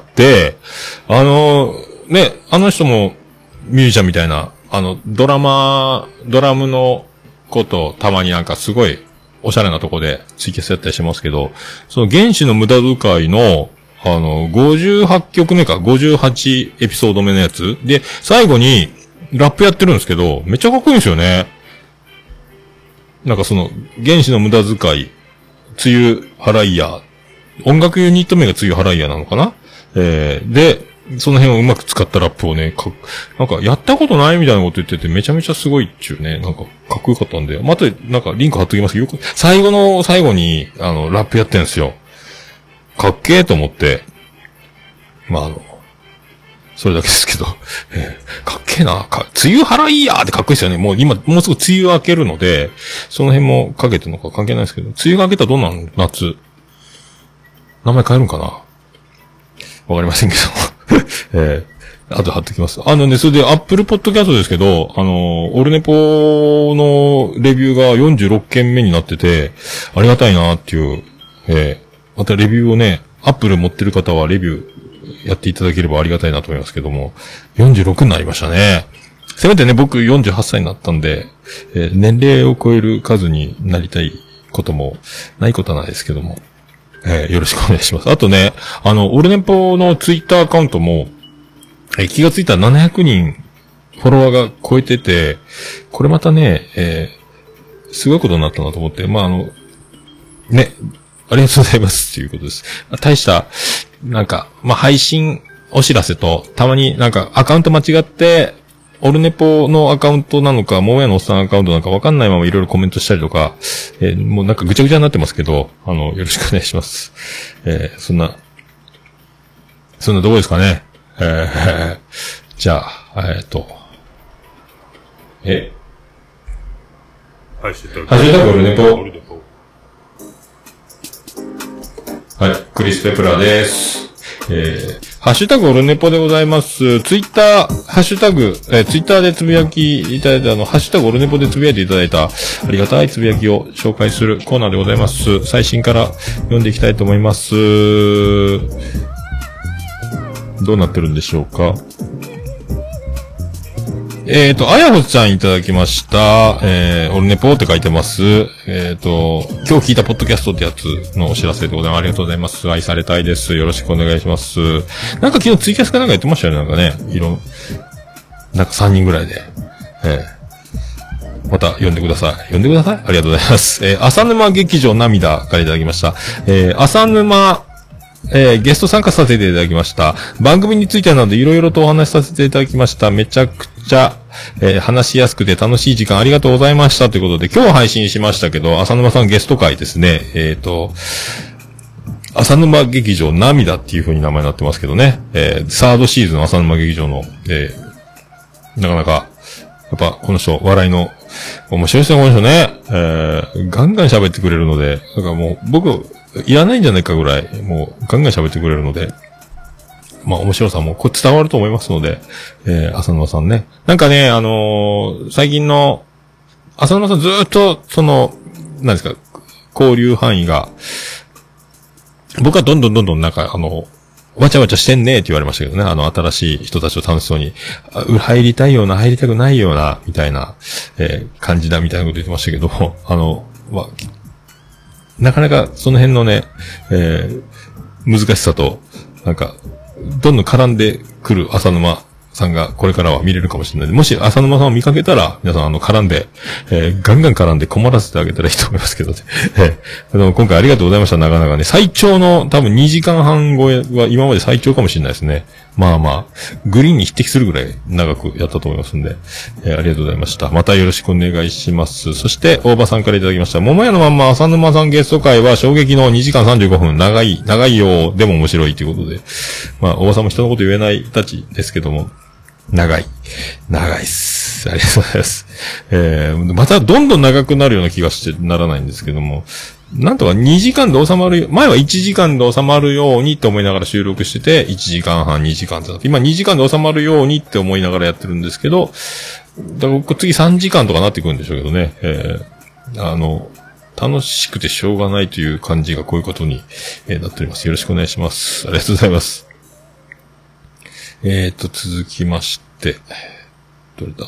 S2: あの、ね、あの人もミュージシャンみたいな、あの、ドラマ、ドラムのことたまになんかすごいおしゃれなとこでツイキャスやったりしてますけど、その原始の無駄遣いの、あの、ごじゅうはちきょくめか、ごじゅうはちエピソード目のやつで、最後にラップやってるんですけど、めっちゃかっこいいんですよね。なんかその、原始の無駄遣い、梅雨払いや、音楽ユニット名が梅雨払いやなのかな、えー、で、その辺をうまく使ったラップをね、か、なんかやったことないみたいなこと言っててめちゃめちゃすごいっちゅうね、なんかかっこよかったんで、またなんかリンク貼っときますけど、よく、最後の最後に、あの、ラップやってんですよ。かっけーと思って、まああの、それだけですけど、えー、かっけーな、か、梅雨払いやーってかっこいいですよね。もう今、もうすぐ梅雨明けるので、その辺もかけてるのか関係ないですけど、梅雨が明けたらどうなの？夏。名前変えるんかな？わかりませんけど。えー、あと貼ってきます。あのね、それでアップルポッドキャストですけど、あの、オルネポのレビューがよんじゅうろっけんめになってて、ありがたいなっていう、えー、またレビューをね、アップル持ってる方はレビューやっていただければありがたいなと思いますけども、よんじゅうろくになりましたね。せめてね、僕よんじゅうはっさいになったんで、えー、年齢を超える数になりたいこともないことはないですけども、えー、よろしくお願いします。あとね、あの、オルネポのツイッターアカウントも、えー、気がついたらななひゃくにんフォロワーが超えてて、これまたね、えー、すごいことになったなと思って、まあ、あの、ね、ありがとうございますっていうことです。大した、なんか、まあ、配信お知らせと、たまになんかアカウント間違って、オルネポのアカウントなのか、モーヤのおっさんアカウントなのかわかんないままいろいろコメントしたりとか、えー、もうなんかぐちゃぐちゃになってますけど、あの、よろしくお願いします。えー、そんな、そんなどこですかね。えー、じゃあ、えー、っと、えハッシュタグ、ハッシュタグオルネポ。はい、クリス・ペプラーです。えー、ハッシュタグオルネポでございます。ツイッター、ハッシュタグ、えー、ツイッターでつぶやきいただいた、あの、ハッシュタグオルネポでつぶやいていただいた、ありがたいつぶやきを紹介するコーナーでございます。最新から読んでいきたいと思います。どうなってるんでしょうか。えっ、ー、と、あやほちゃんいただきました。えー、オルネポって書いてます。えっ、ー、と、今日聞いたポッドキャストってやつのお知らせでございます。ありがとうございます。愛されたいです。よろしくお願いします。なんか昨日ツイキャスかなんか言ってましたよね。なんかね。いろん、なんかさんにんぐらいで。えまた呼んでください。呼んでください。ありがとうございます。えー、浅沼劇場涙からいただきました。えー、浅沼、えー、ゲスト参加させていただきました。番組についてなどいろいろとお話しさせていただきました。めちゃくちゃ、えー、話しやすくて楽しい時間ありがとうございましたということで、今日配信しましたけど、浅沼さんゲスト会ですね。えっと、浅沼劇場涙っていう風に名前になってますけどね。えー、サードシーズン浅沼劇場の、えー、なかなか、やっぱこの人、笑いの、面白いですね、この人ね。えー、ガンガン喋ってくれるので、だからもう、僕、いらないんじゃないかぐらい、もう、ガンガン喋ってくれるので、まあ面白さもこれ伝わると思いますので、えー、浅沼さんね。なんかね、あのー、最近の、浅沼さんずーっと、その、なんですか、交流範囲が、僕はどんどんどんどんなんか、あの、わちゃわちゃしてんねーって言われましたけどね、あの、新しい人たちを楽しそうに、入りたいような、入りたくないような、みたいな、えー、感じだ、みたいなこと言ってましたけども、あの、まあ、なかなかその辺のね、えー、難しさと、なんか、どんどん絡んでくる浅沼さんがこれからは見れるかもしれない。もし浅沼さんを見かけたら、皆さんあの絡んで、えー、ガンガン絡んで困らせてあげたらいいと思いますけどね。えー、あの今回ありがとうございました。なかなかね、最長の多分にじかんはん超えは今まで最長かもしれないですね。まあまあ、グリーンに匹敵するぐらい長くやったと思いますんで、えー、ありがとうございました。またよろしくお願いします。そして、大場さんからいただきました。桃屋のまんま浅沼さんゲスト会は衝撃のにじかんさんじゅうごふん、長い、長いようでも面白いということで、まあ、大場さんも人のこと言えないたちですけども、長い。長いっす。ありがとうございます。えー、またどんどん長くなるような気がしてならないんですけども、なんとかにじかんで収まる、前はいちじかんで収まるようにって思いながら収録してて、いちじかんはん、にじかんってなって、今にじかんで収まるようにって思いながらやってるんですけど、だから次さんじかんとかなってくるんでしょうけどね、えー、あの、楽しくてしょうがないという感じがこういうことに、えー、なっております。よろしくお願いします。ありがとうございます。えーと、続きまして、どれだ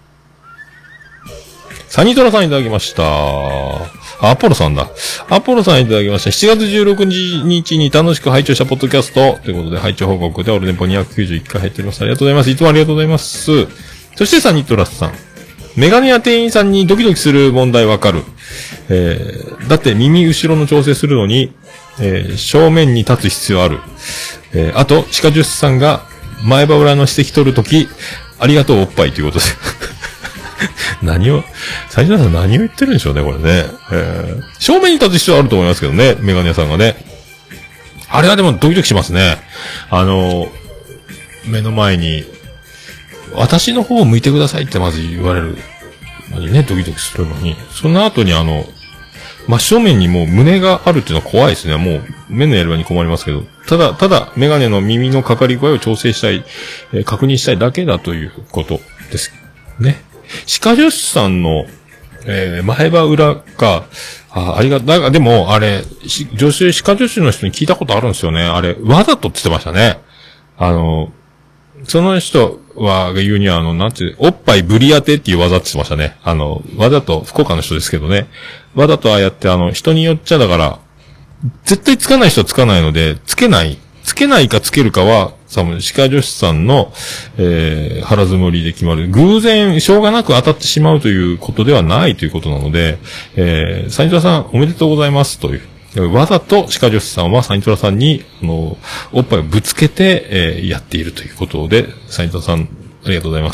S2: サニトラさんいただきました。アポロさんだ。アポロさんいただきました。しちがつじゅうろくにちに楽しく拝聴したポッドキャストということで、拝聴報告でオルネポにひゃくきゅうじゅういっかい入っております。ありがとうございます。いつもありがとうございます。そしてサニトラさん。メガネや店員さんにドキドキする問題わかる。えー、だって耳後ろの調整するのに、えー、正面に立つ必要ある。えー、あと、歯科助手さんが前歯裏の指摘取るとき、ありがとうおっぱいということで。何を、サニトラさん何を言ってるんでしょうね、これね。えー、正面に立つ必要あると思いますけどね、メガネ屋さんがね。あれはでもドキドキしますね。あの、目の前に、私の方を向いてくださいってまず言われるのにね、ドキドキするのに。その後にあの、真正面にもう胸があるっていうのは怖いですね。もう目のやり場に困りますけど。ただ、ただ、メガネの耳のかかり具合を調整したい、えー、確認したいだけだということですね。歯科助手さんの、えー、前歯裏か、あ、ありが、だが、でも、あれ、女性、歯科助手の人に聞いたことあるんですよね。あれ、わざとって言ってましたね。あの、その人は言うには、あの、なんていう、おっぱいぶり当てっていう技って言ってましたね。あの、わざと、福岡の人ですけどね。わざとああやって、あの、人によっちゃだから、絶対つかない人はつかないので、つけない。つけないかつけるかは、さ、歯科助手さんの、えー、腹積もりで決まる。偶然、しょうがなく当たってしまうということではないということなので、えー、サニトラさんおめでとうございますという。わざと歯科助手さんはサニトラさんに、あの、おっぱいをぶつけて、えー、やっているということで、サニトラさん、ありがとうございます。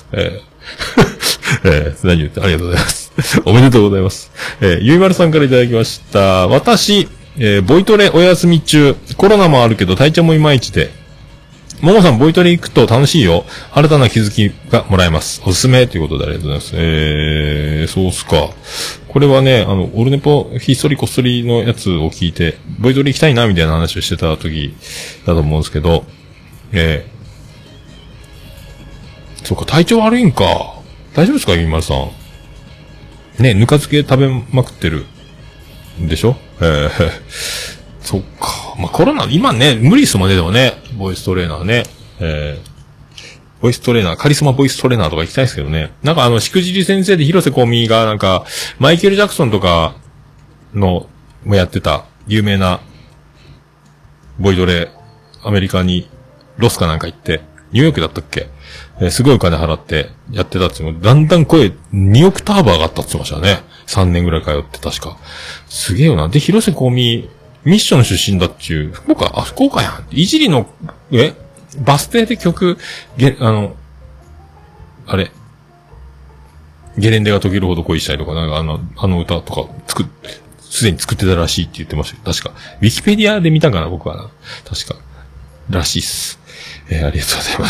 S2: えー、えー、何言って、ありがとうございます。おめでとうございます。えー、ゆいまるさんからいただきました。私、えー、ボイトレお休み中、コロナもあるけど体調もいまいちで、ももさんボイトレ行くと楽しいよ。新たな気づきがもらえます。おすすめということでありがとうございます。えー、そうっすか。これはね、あの、オルネポ、ひっそりこっそりのやつを聞いて、ボイトレ行きたいな、みたいな話をしてた時だと思うんですけど、えー、そうか、体調悪いんか。大丈夫ですか、ゆいまるさん。ね、ぬか漬け食べまくってる。でしょえー、そっか。まあ、コロナ、今ね、無理っすもんね、でもね。ボイストレーナーね。えー、ボイストレーナー、カリスマボイストレーナーとか行きたいですけどね。なんかあの、しくじり先生で広瀬香美がなんか、マイケル・ジャクソンとかの、もやってた、有名な、ボイトレ、アメリカに、ロスかなんか行って、 ニューヨークだったっけ、えー、すごいお金払ってやってたっていうのだんだん声にオクターブ上がったって言ってましたね。さんねんぐらい通って確か。すげえよな。で、広瀬香美、ミッション出身だっちゅう、福岡、あ、福岡やん。いじりの、えバス停で曲、げ、あの、あれ、ゲレンデが溶けるほど恋したいとか、なんかあの、あの歌とか作っ、すでに作ってたらしいって言ってましたけど、確か。ウィキペディアで見たかな、僕はな。確か。らしいっす。えー、ありがとうございます。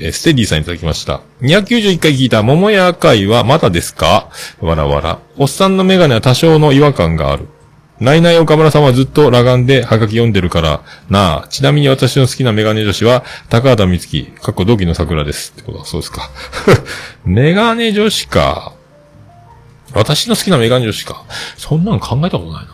S2: えー、ステディさんいただきました。にひゃくきゅうじゅういっかい聞いた桃屋会はまだですか？わらわら。おっさんのメガネは多少の違和感がある。ないない岡村さんはずっと裸眼でハガキ読んでるからなあ。ちなみに私の好きなメガネ女子は高畑充希、過去同期の桜です。ってことはそうですか。メガネ女子か。私の好きなメガネ女子か。そんなの考えたことないな。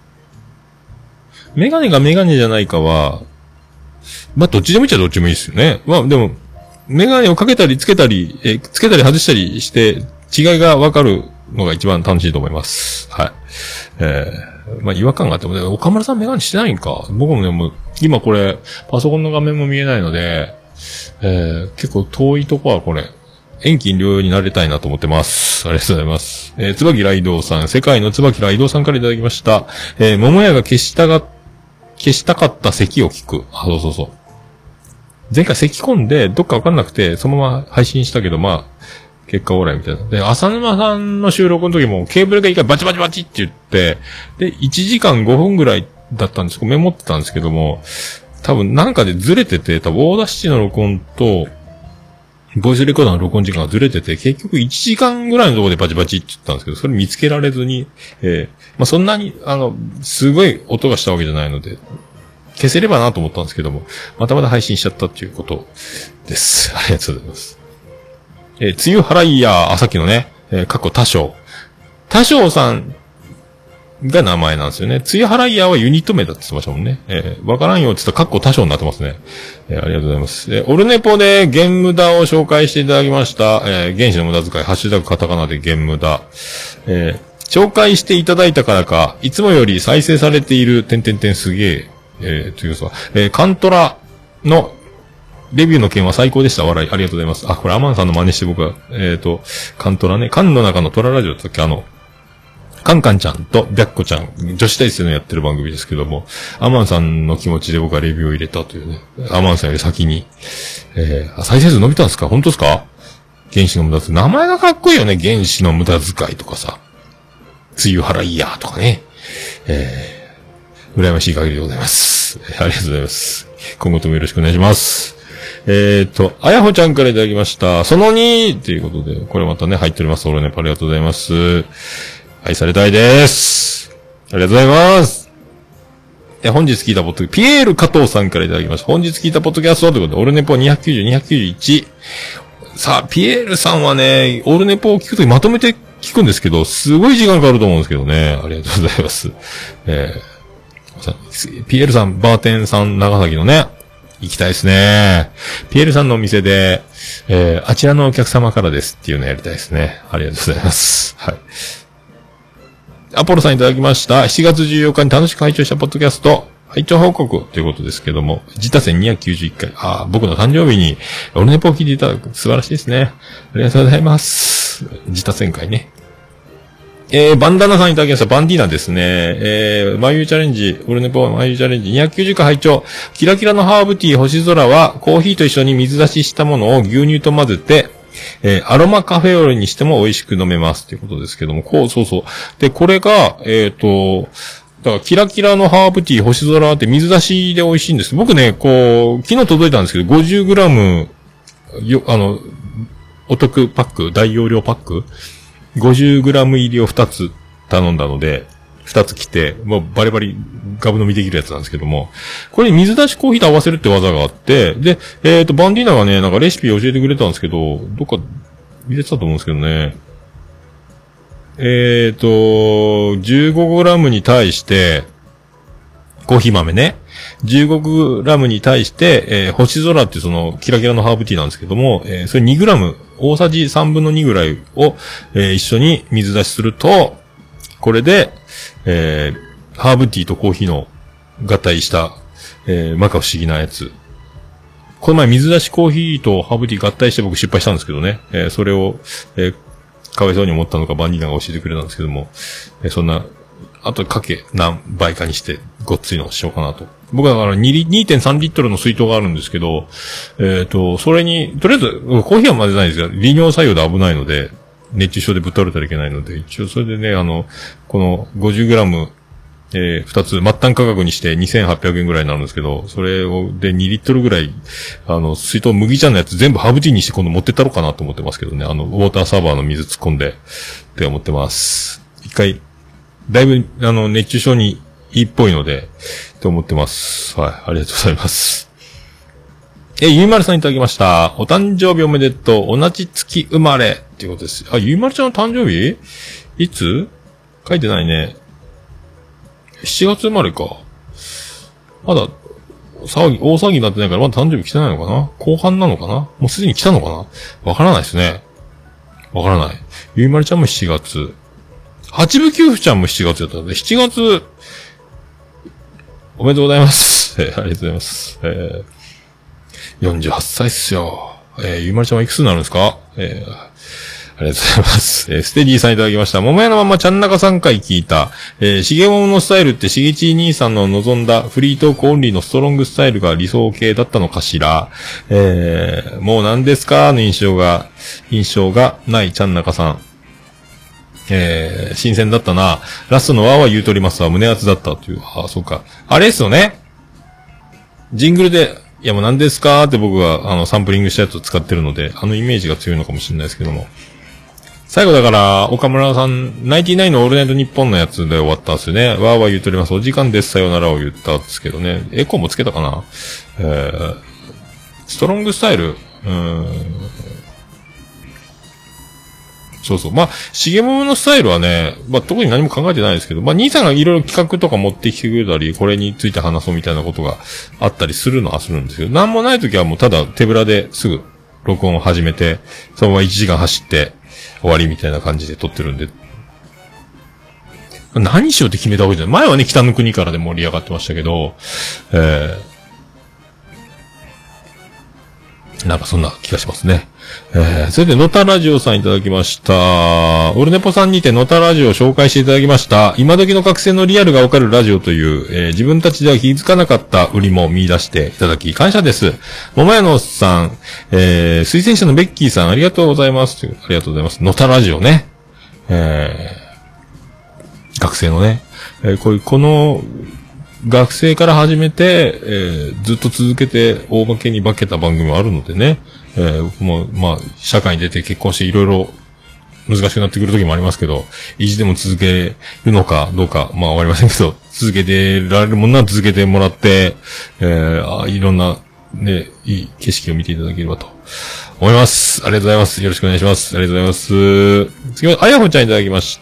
S2: メガネがメガネじゃないかは、まあ、どっちでもいいっちゃどっちもいいですよね。まあ、でも、メガネをかけたりつけたり、え、つけたり外したりして、違いがわかるのが一番楽しいと思います。はい。えー、まあ、違和感があっても、ね、岡村さんメガネしてないんか。僕もね、もう、今これ、パソコンの画面も見えないので、えー、結構遠いとこはこれ、遠近両用になれたいなと思ってます。ありがとうございます。えー、つばき雷道さん、世界のつばき雷道さんからいただきました。えー、桃屋が消したが、消したかった咳を聞く。あ、そうそうそう。前回咳込んで、どっかわかんなくて、そのまま配信したけど、まあ、結果オーライみたいな。で、浅沼さんの収録の時も、ケーブルが一回バチバチバチって言って、で、いちじかんごふんぐらいだったんですけど、メモってたんですけども、多分なんかでずれてて、多分オーダーシティの録音と、ボイスレコーダーの録音時間がずれてて、結局いちじかんぐらいのところでバチバチって言ったんですけど、それ見つけられずに、えー、まあ、そんなに、あの、すごい音がしたわけじゃないので、消せればなと思ったんですけども、またまた配信しちゃったっていうことです。ありがとうございます。えー、梅雨払いや、あ、さっきのね、えー、過去多少。多少さんが名前なんですよね。梅雨払いやはユニット名だって言ってましたもんね。えー、わからんよって言ったら過去多少になってますね。えー、ありがとうございます。えー、オルネポでゲンムダを紹介していただきました。えー、原始の無駄遣い、ハッシュタグカタカナでゲンムダ。えー、紹介していただいたからか、いつもより再生されている、てんてんてんすげえ。えー、というさ、えー、カントラのレビューの件は最高でした。笑い。ありがとうございます。あ、これアマンさんの真似して僕は、えっ、ー、と、カントラね。カンの中のトララジオだったっけ、あの、カンカンちゃんとビャッコちゃん、女子大生のやってる番組ですけども、アマンさんの気持ちで僕はレビューを入れたというね。アマンさんより先に。えー、再生数伸びたんですか？本当ですか？原始の無駄遣い。名前がかっこいいよね。原始の無駄遣いとかさ。梅雨払いやとかね。えー羨ましい限りでございます。ありがとうございます。今後ともよろしくお願いします。えーと、あやほちゃんからいただきました。そのにということで、これまたね、入っております。オロネパありがとうございます。愛されたいです。ありがとうございます。え、本日聞いたポッドキャスト、ピエール加藤さんからいただきました。本日聞いたポッドキャストということで、オルネポにひゃくきゅうじゅう、にひゃくきゅうじゅういち。さあ、ピエールさんはね、オルネポを聞くときまとめて聞くんですけど、すごい時間かかると思うんですけどね。ありがとうございます。えーピエールさん、バーテンさん、長崎のね、行きたいですね。ピエールさんのお店で、えー、あちらのお客様からですっていうのやりたいですね。ありがとうございます。はい。アポロさんいただきました。しちがつじゅうよっかに楽しく拝聴したポッドキャスト、拝聴報告ということですけども、自他戦にひゃくきゅうじゅういっかい。あ、僕の誕生日に、オルネポを聞いていただく。素晴らしいですね。ありがとうございます。自他戦会ね。えー、バンダナさんいただきました。バンディーナですね。えー、眉チャレンジ、オルネポ眉チャレンジにひゃくきゅうじゅっかい拝聴。キラキラのハーブティー星空は、コーヒーと一緒に水出ししたものを牛乳と混ぜて、えー、アロマカフェオレにしても美味しく飲めますということですけども、こう、そうそう。で、これが、えっと、だから、キラキラのハーブティー星空って水出しで美味しいんです。僕ね、こう、昨日届いたんですけど、ごじゅうグラム、よ、あの、お得パック、大容量パックごじゅうグラム入りをふたつ頼んだので、ふたつ来て、もうバリバリガブ飲みできるやつなんですけども、これ水出しコーヒーと合わせるって技があって、で、えっと、バンディーナがね、なんかレシピ教えてくれたんですけど、どっか入れてたと思うんですけどね。えっと、じゅうごグラムに対して、コーヒー豆ね。じゅうごグラムに対して、えー、星空っていうその、キラキラのハーブティーなんですけども、えー、それにグラム、大さじさんぶんのにぐらいを、えー、一緒に水出しすると、これで、えー、ハーブティーとコーヒーの合体した、えー、摩訶不思議なやつ。 この前水出しコーヒーとハーブティー合体して僕失敗したんですけどね。えー、それを、えー、かわいそうに思ったのかバニラが教えてくれたんですけども、えー、そんな、あとかけ何倍かにしてごっついのをしようかなと。僕はだからに にてんさんリットルの水筒があるんですけど、えっと、それに、とりあえず、コーヒーは混ぜないですが、利尿作用で危ないので、熱中症でぶっ倒れたらいけないので、一応それでね、あの、この ごじゅうグラム、えー、二つ、末端価格にしてにせんはっぴゃくえんぐらいになるんですけど、それを、でにリットルぐらい、あの、水筒麦茶のやつ全部ハーブティーにして今度持ってったろうかなと思ってますけどね、あの、ウォーターサーバーの水突っ込んで、って思ってます。一回、だいぶ、あの、熱中症にいいっぽいので、って思ってます。はい、ありがとうございます。え、ゆいまるさんいただきました。お誕生日おめでとう。同じ月生まれ。っていうことです。あ、ゆいまるちゃんの誕生日いつ書いてないね。しちがつ生まれか。まだ、騒ぎ、大騒ぎになってないからまだ誕生日来てないのかな？後半なのかな？もうすでに来たのかな？わからないですね。わからない。ゆいまるちゃんもしちがつ。八部九夫ちゃんもしちがつだったので、しちがつ、おめでとうございます。えー、ありがとうございます。えー、よんじゅうはっさいっすよ。えー、ゆいまるちゃんはいくつになるんですか？えー、ありがとうございます。えー、ステディさんいただきました。桃屋のままちゃん中さんかい聞いた。えー、しげもものスタイルってしげち兄さんの望んだフリートークオンリーのストロングスタイルが理想系だったのかしら。えー、もう何ですかの印象が、印象がないちゃん中さん。えー、新鮮だったな。ラストのワーは言うとりますわ。胸熱だったという。ああ、そうか。あれですよね。ジングルで、いやもう何ですかって僕は、あの、サンプリングしたやつを使ってるので、あのイメージが強いのかもしれないですけども。最後だから、岡村さん、ナインティナインのオールナイトニッポンのやつで終わったんですよね。ワーワー言うとります。お時間です。さよならを言ったんですけどね。エコーもつけたかな。えー、ストロングスタイル、うーん。そうそう。まあ、しげもものスタイルはね、まあ、特に何も考えてないですけど、まあ、兄さんがいろいろ企画とか持ってきてくれたり、これについて話そうみたいなことがあったりするのはするんですけど、なんもないときはもうただ手ぶらですぐ録音を始めて、そのままいちじかん走って終わりみたいな感じで撮ってるんで、何しようって決めたわけじゃない。前はね、北の国からで盛り上がってましたけど、えー、なんかそんな気がしますね。えー、それで、のたラジオさんいただきました。オルネポさんにてのたラジオを紹介していただきました。今時の学生のリアルがわかるラジオという、えー、自分たちでは気づかなかった売りも見出していただき、感謝です。桃屋のおっさん、えー、推薦者のベッキーさん、ありがとうございます。ありがとうございます。のたラジオね。えー、学生のね、えー、こういう、この、学生から始めて、えー、ずっと続けて大化けに化けた番組もあるのでね、えー、もう、まあ、社会に出て結婚していろいろ難しくなってくる時もありますけど、意地でも続けるのかどうか、まあわかりませんけど、続けてられるものは続けてもらって、えー、あいろんな、ね、いい景色を見ていただければと思います。ありがとうございます。よろしくお願いします。ありがとうございます。次は、あやほちゃんいただきました。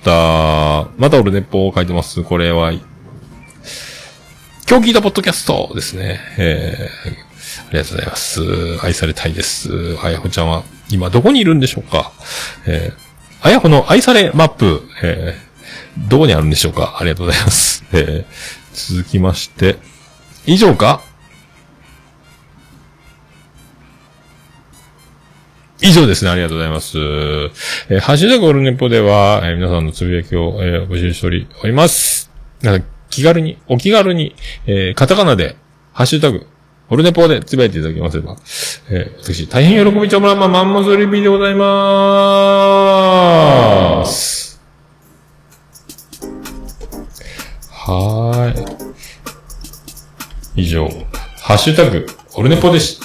S2: また俺ネッポを書いてます。これは、今日聞いたポッドキャストですね。えー、ありがとうございます。愛されたいです。あやほちゃんは今どこにいるんでしょうか。えー、あやほの愛されマップ、えー、どこにあるんでしょうか。ありがとうございます。えー、続きまして、以上か以上ですね。ありがとうございます。えー、ハッシュタグオルネポでは、えー、皆さんのつぶやきを、えー、募集しております。なんか気軽に、お気軽に、えー、カタカナで、ハッシュタグ、オルネポでつぶやいていただけますれば、えー、私、大変喜びちょもらんま、マンモスリビーでございまーす。はーい。以上、ハッシュタグ、オルネポでした。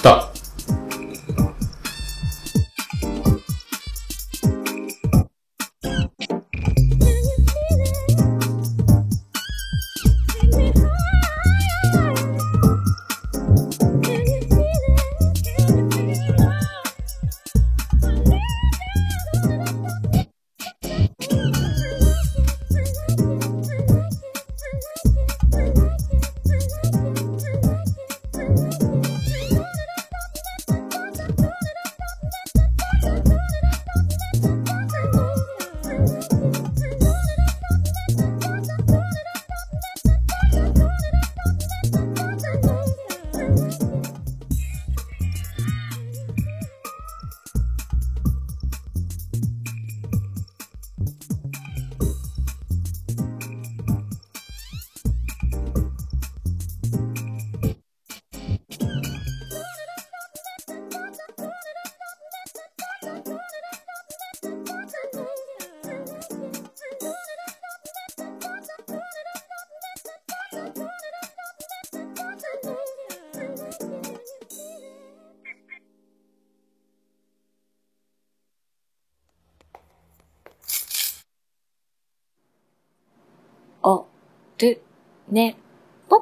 S1: る、ね、ぽ。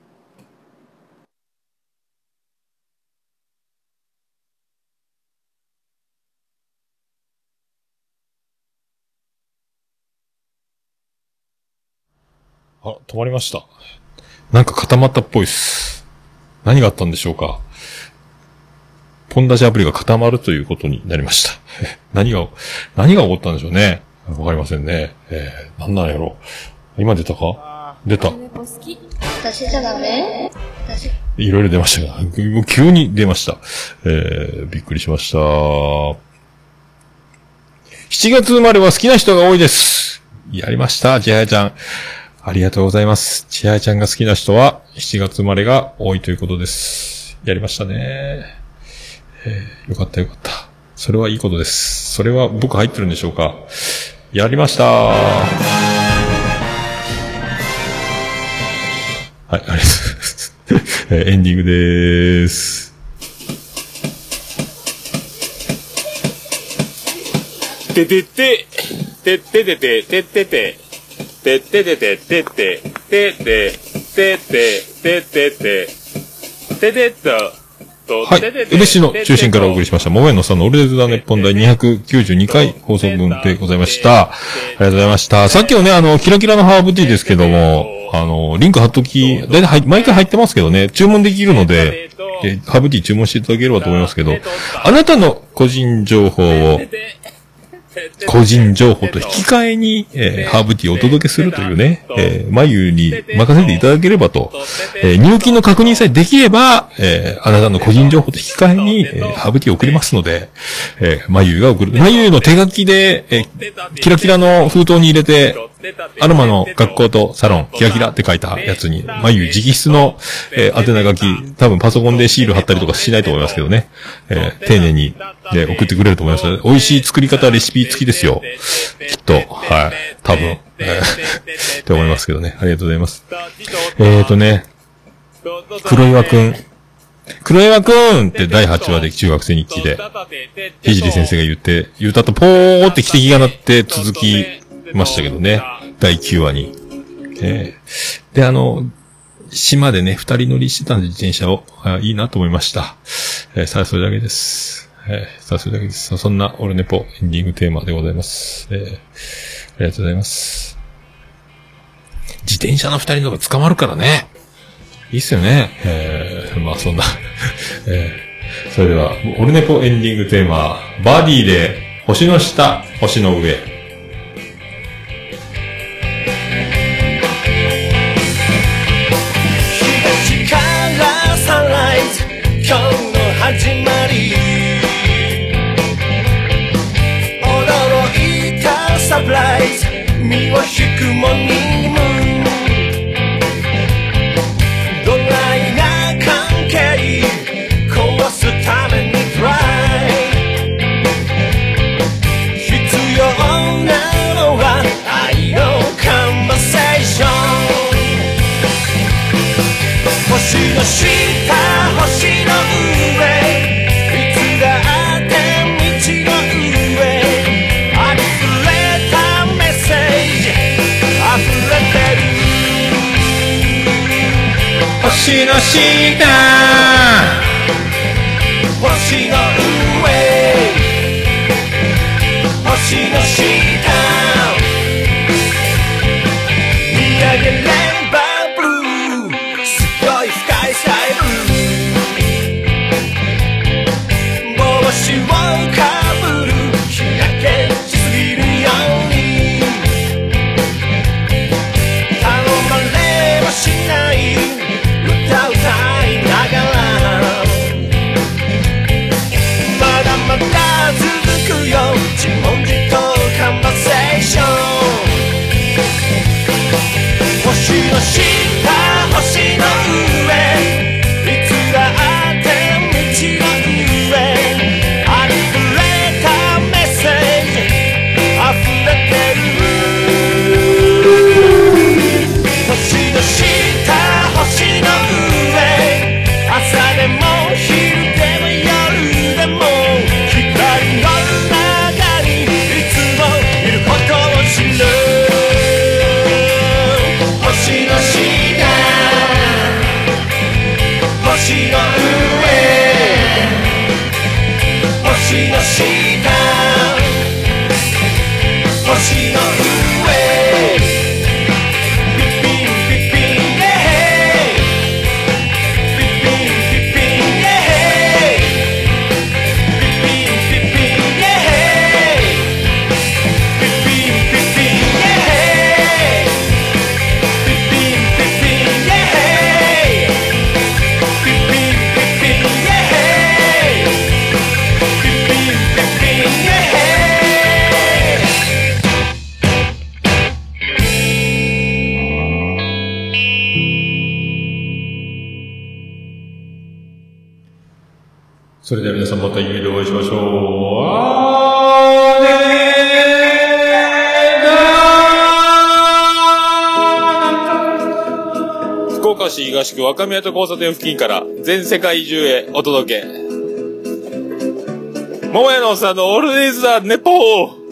S2: あ、止まりました。なんか固まったっぽいっす。何があったんでしょうか。ポン出しアプリが固まるということになりました。何が、何が起こったんでしょうね。わかりませんね。えー、なんなんやろ。今出たか？出た。
S5: 私じゃダメ？私。
S2: いろいろ出ましたが、急に出ました。えー、びっくりしました。しちがつ生まれは好きな人が多いです。やりました、ちはやちゃん。ありがとうございます。ちはやちゃんが好きな人はしちがつ生まれが多いということです。やりましたね。えー、よかったよかった。それはいいことです。それは僕入ってるんでしょうか。やりました。はい、ありがとうございます。えー、エンディングでーす。ててて、てててて、ててて、てててて、ててて、ててて、ててて、てててと、はい。宇部市の中心からお送りしました。もめのさんのオルデズダネッポン第にひゃくきゅうじゅうにかい放送分でございました。ありがとうございました。さっきのね、あの、キラキラのハーブティーですけども、あの、リンク貼っとき、だいたい毎回入ってますけどね、注文できるので、えハーブティー注文していただければと思いますけど、あなたの個人情報を、個人情報と引き換えに、えー、ハーブティーをお届けするというね、えー、眉に任せていただければと、えー、入金の確認さえできれば、えー、あなたの個人情報と引き換えに、えー、ハーブティーを送りますので、えー、眉が送る。眉の手書きで、えー、キラキラの封筒に入れて、アロマの学校とサロン、キラキラって書いたやつに、眉直筆の、えー、宛名書き、多分パソコンでシール貼ったりとかしないと思いますけどね、えー、丁寧に、で、送ってくれると思います。美味しい作り方レシピ付きですよ。きっと、はい。多分、えー、って思いますけどね。ありがとうございます。えーとね、黒岩くん。黒岩くんってだいはちわで中学生日記で、ひじり先生が言って、言うたとポーって汽笛が鳴って続きましたけどね。だいきゅうわに。えー、で、あの、島でね、二人乗りしてたんで自転車を、あいいなと思いました。えー、さあ、それだけです。えー、さあ、それだけです。そんな、オルネポエンディングテーマでございます。えー、ありがとうございます。自転車の二人とか捕まるからね。いいっすよね。えー、まあ、そんな、えー、それでは、オルネポエンディングテーマ、バディで、星の下、星の上。
S4: 今日の始まり驚いたサプライズ身を引くモーニングムーンドライな関係壊すためにトライ必要なのは愛のカンバセーション星の下星の上いつだって道の上あふれたメッセージあふれてる星の下星の上星の下見上げればブルーすごい深いスタイル帽子をかぶる日焼けしすぎるように頼まれはしない歌歌いながらまだまだ続くよ自問自答カンバセ星の上星の下星の上ピッピンピッピンイェヘイピッピンピッピンイェヘイピッピンピッピンイェヘイピッピンピッピンイェヘイピッピンピッピンイェヘイピッピンピッピンイェヘイピッピンピッピンイェヘイ
S2: それでは皆さんまた夢でお会いしましょう。あーねー福岡市東区若宮と交差点付近から全世界中へお届け。桃屋のおっさんのオールディーズ・ザ・ネポー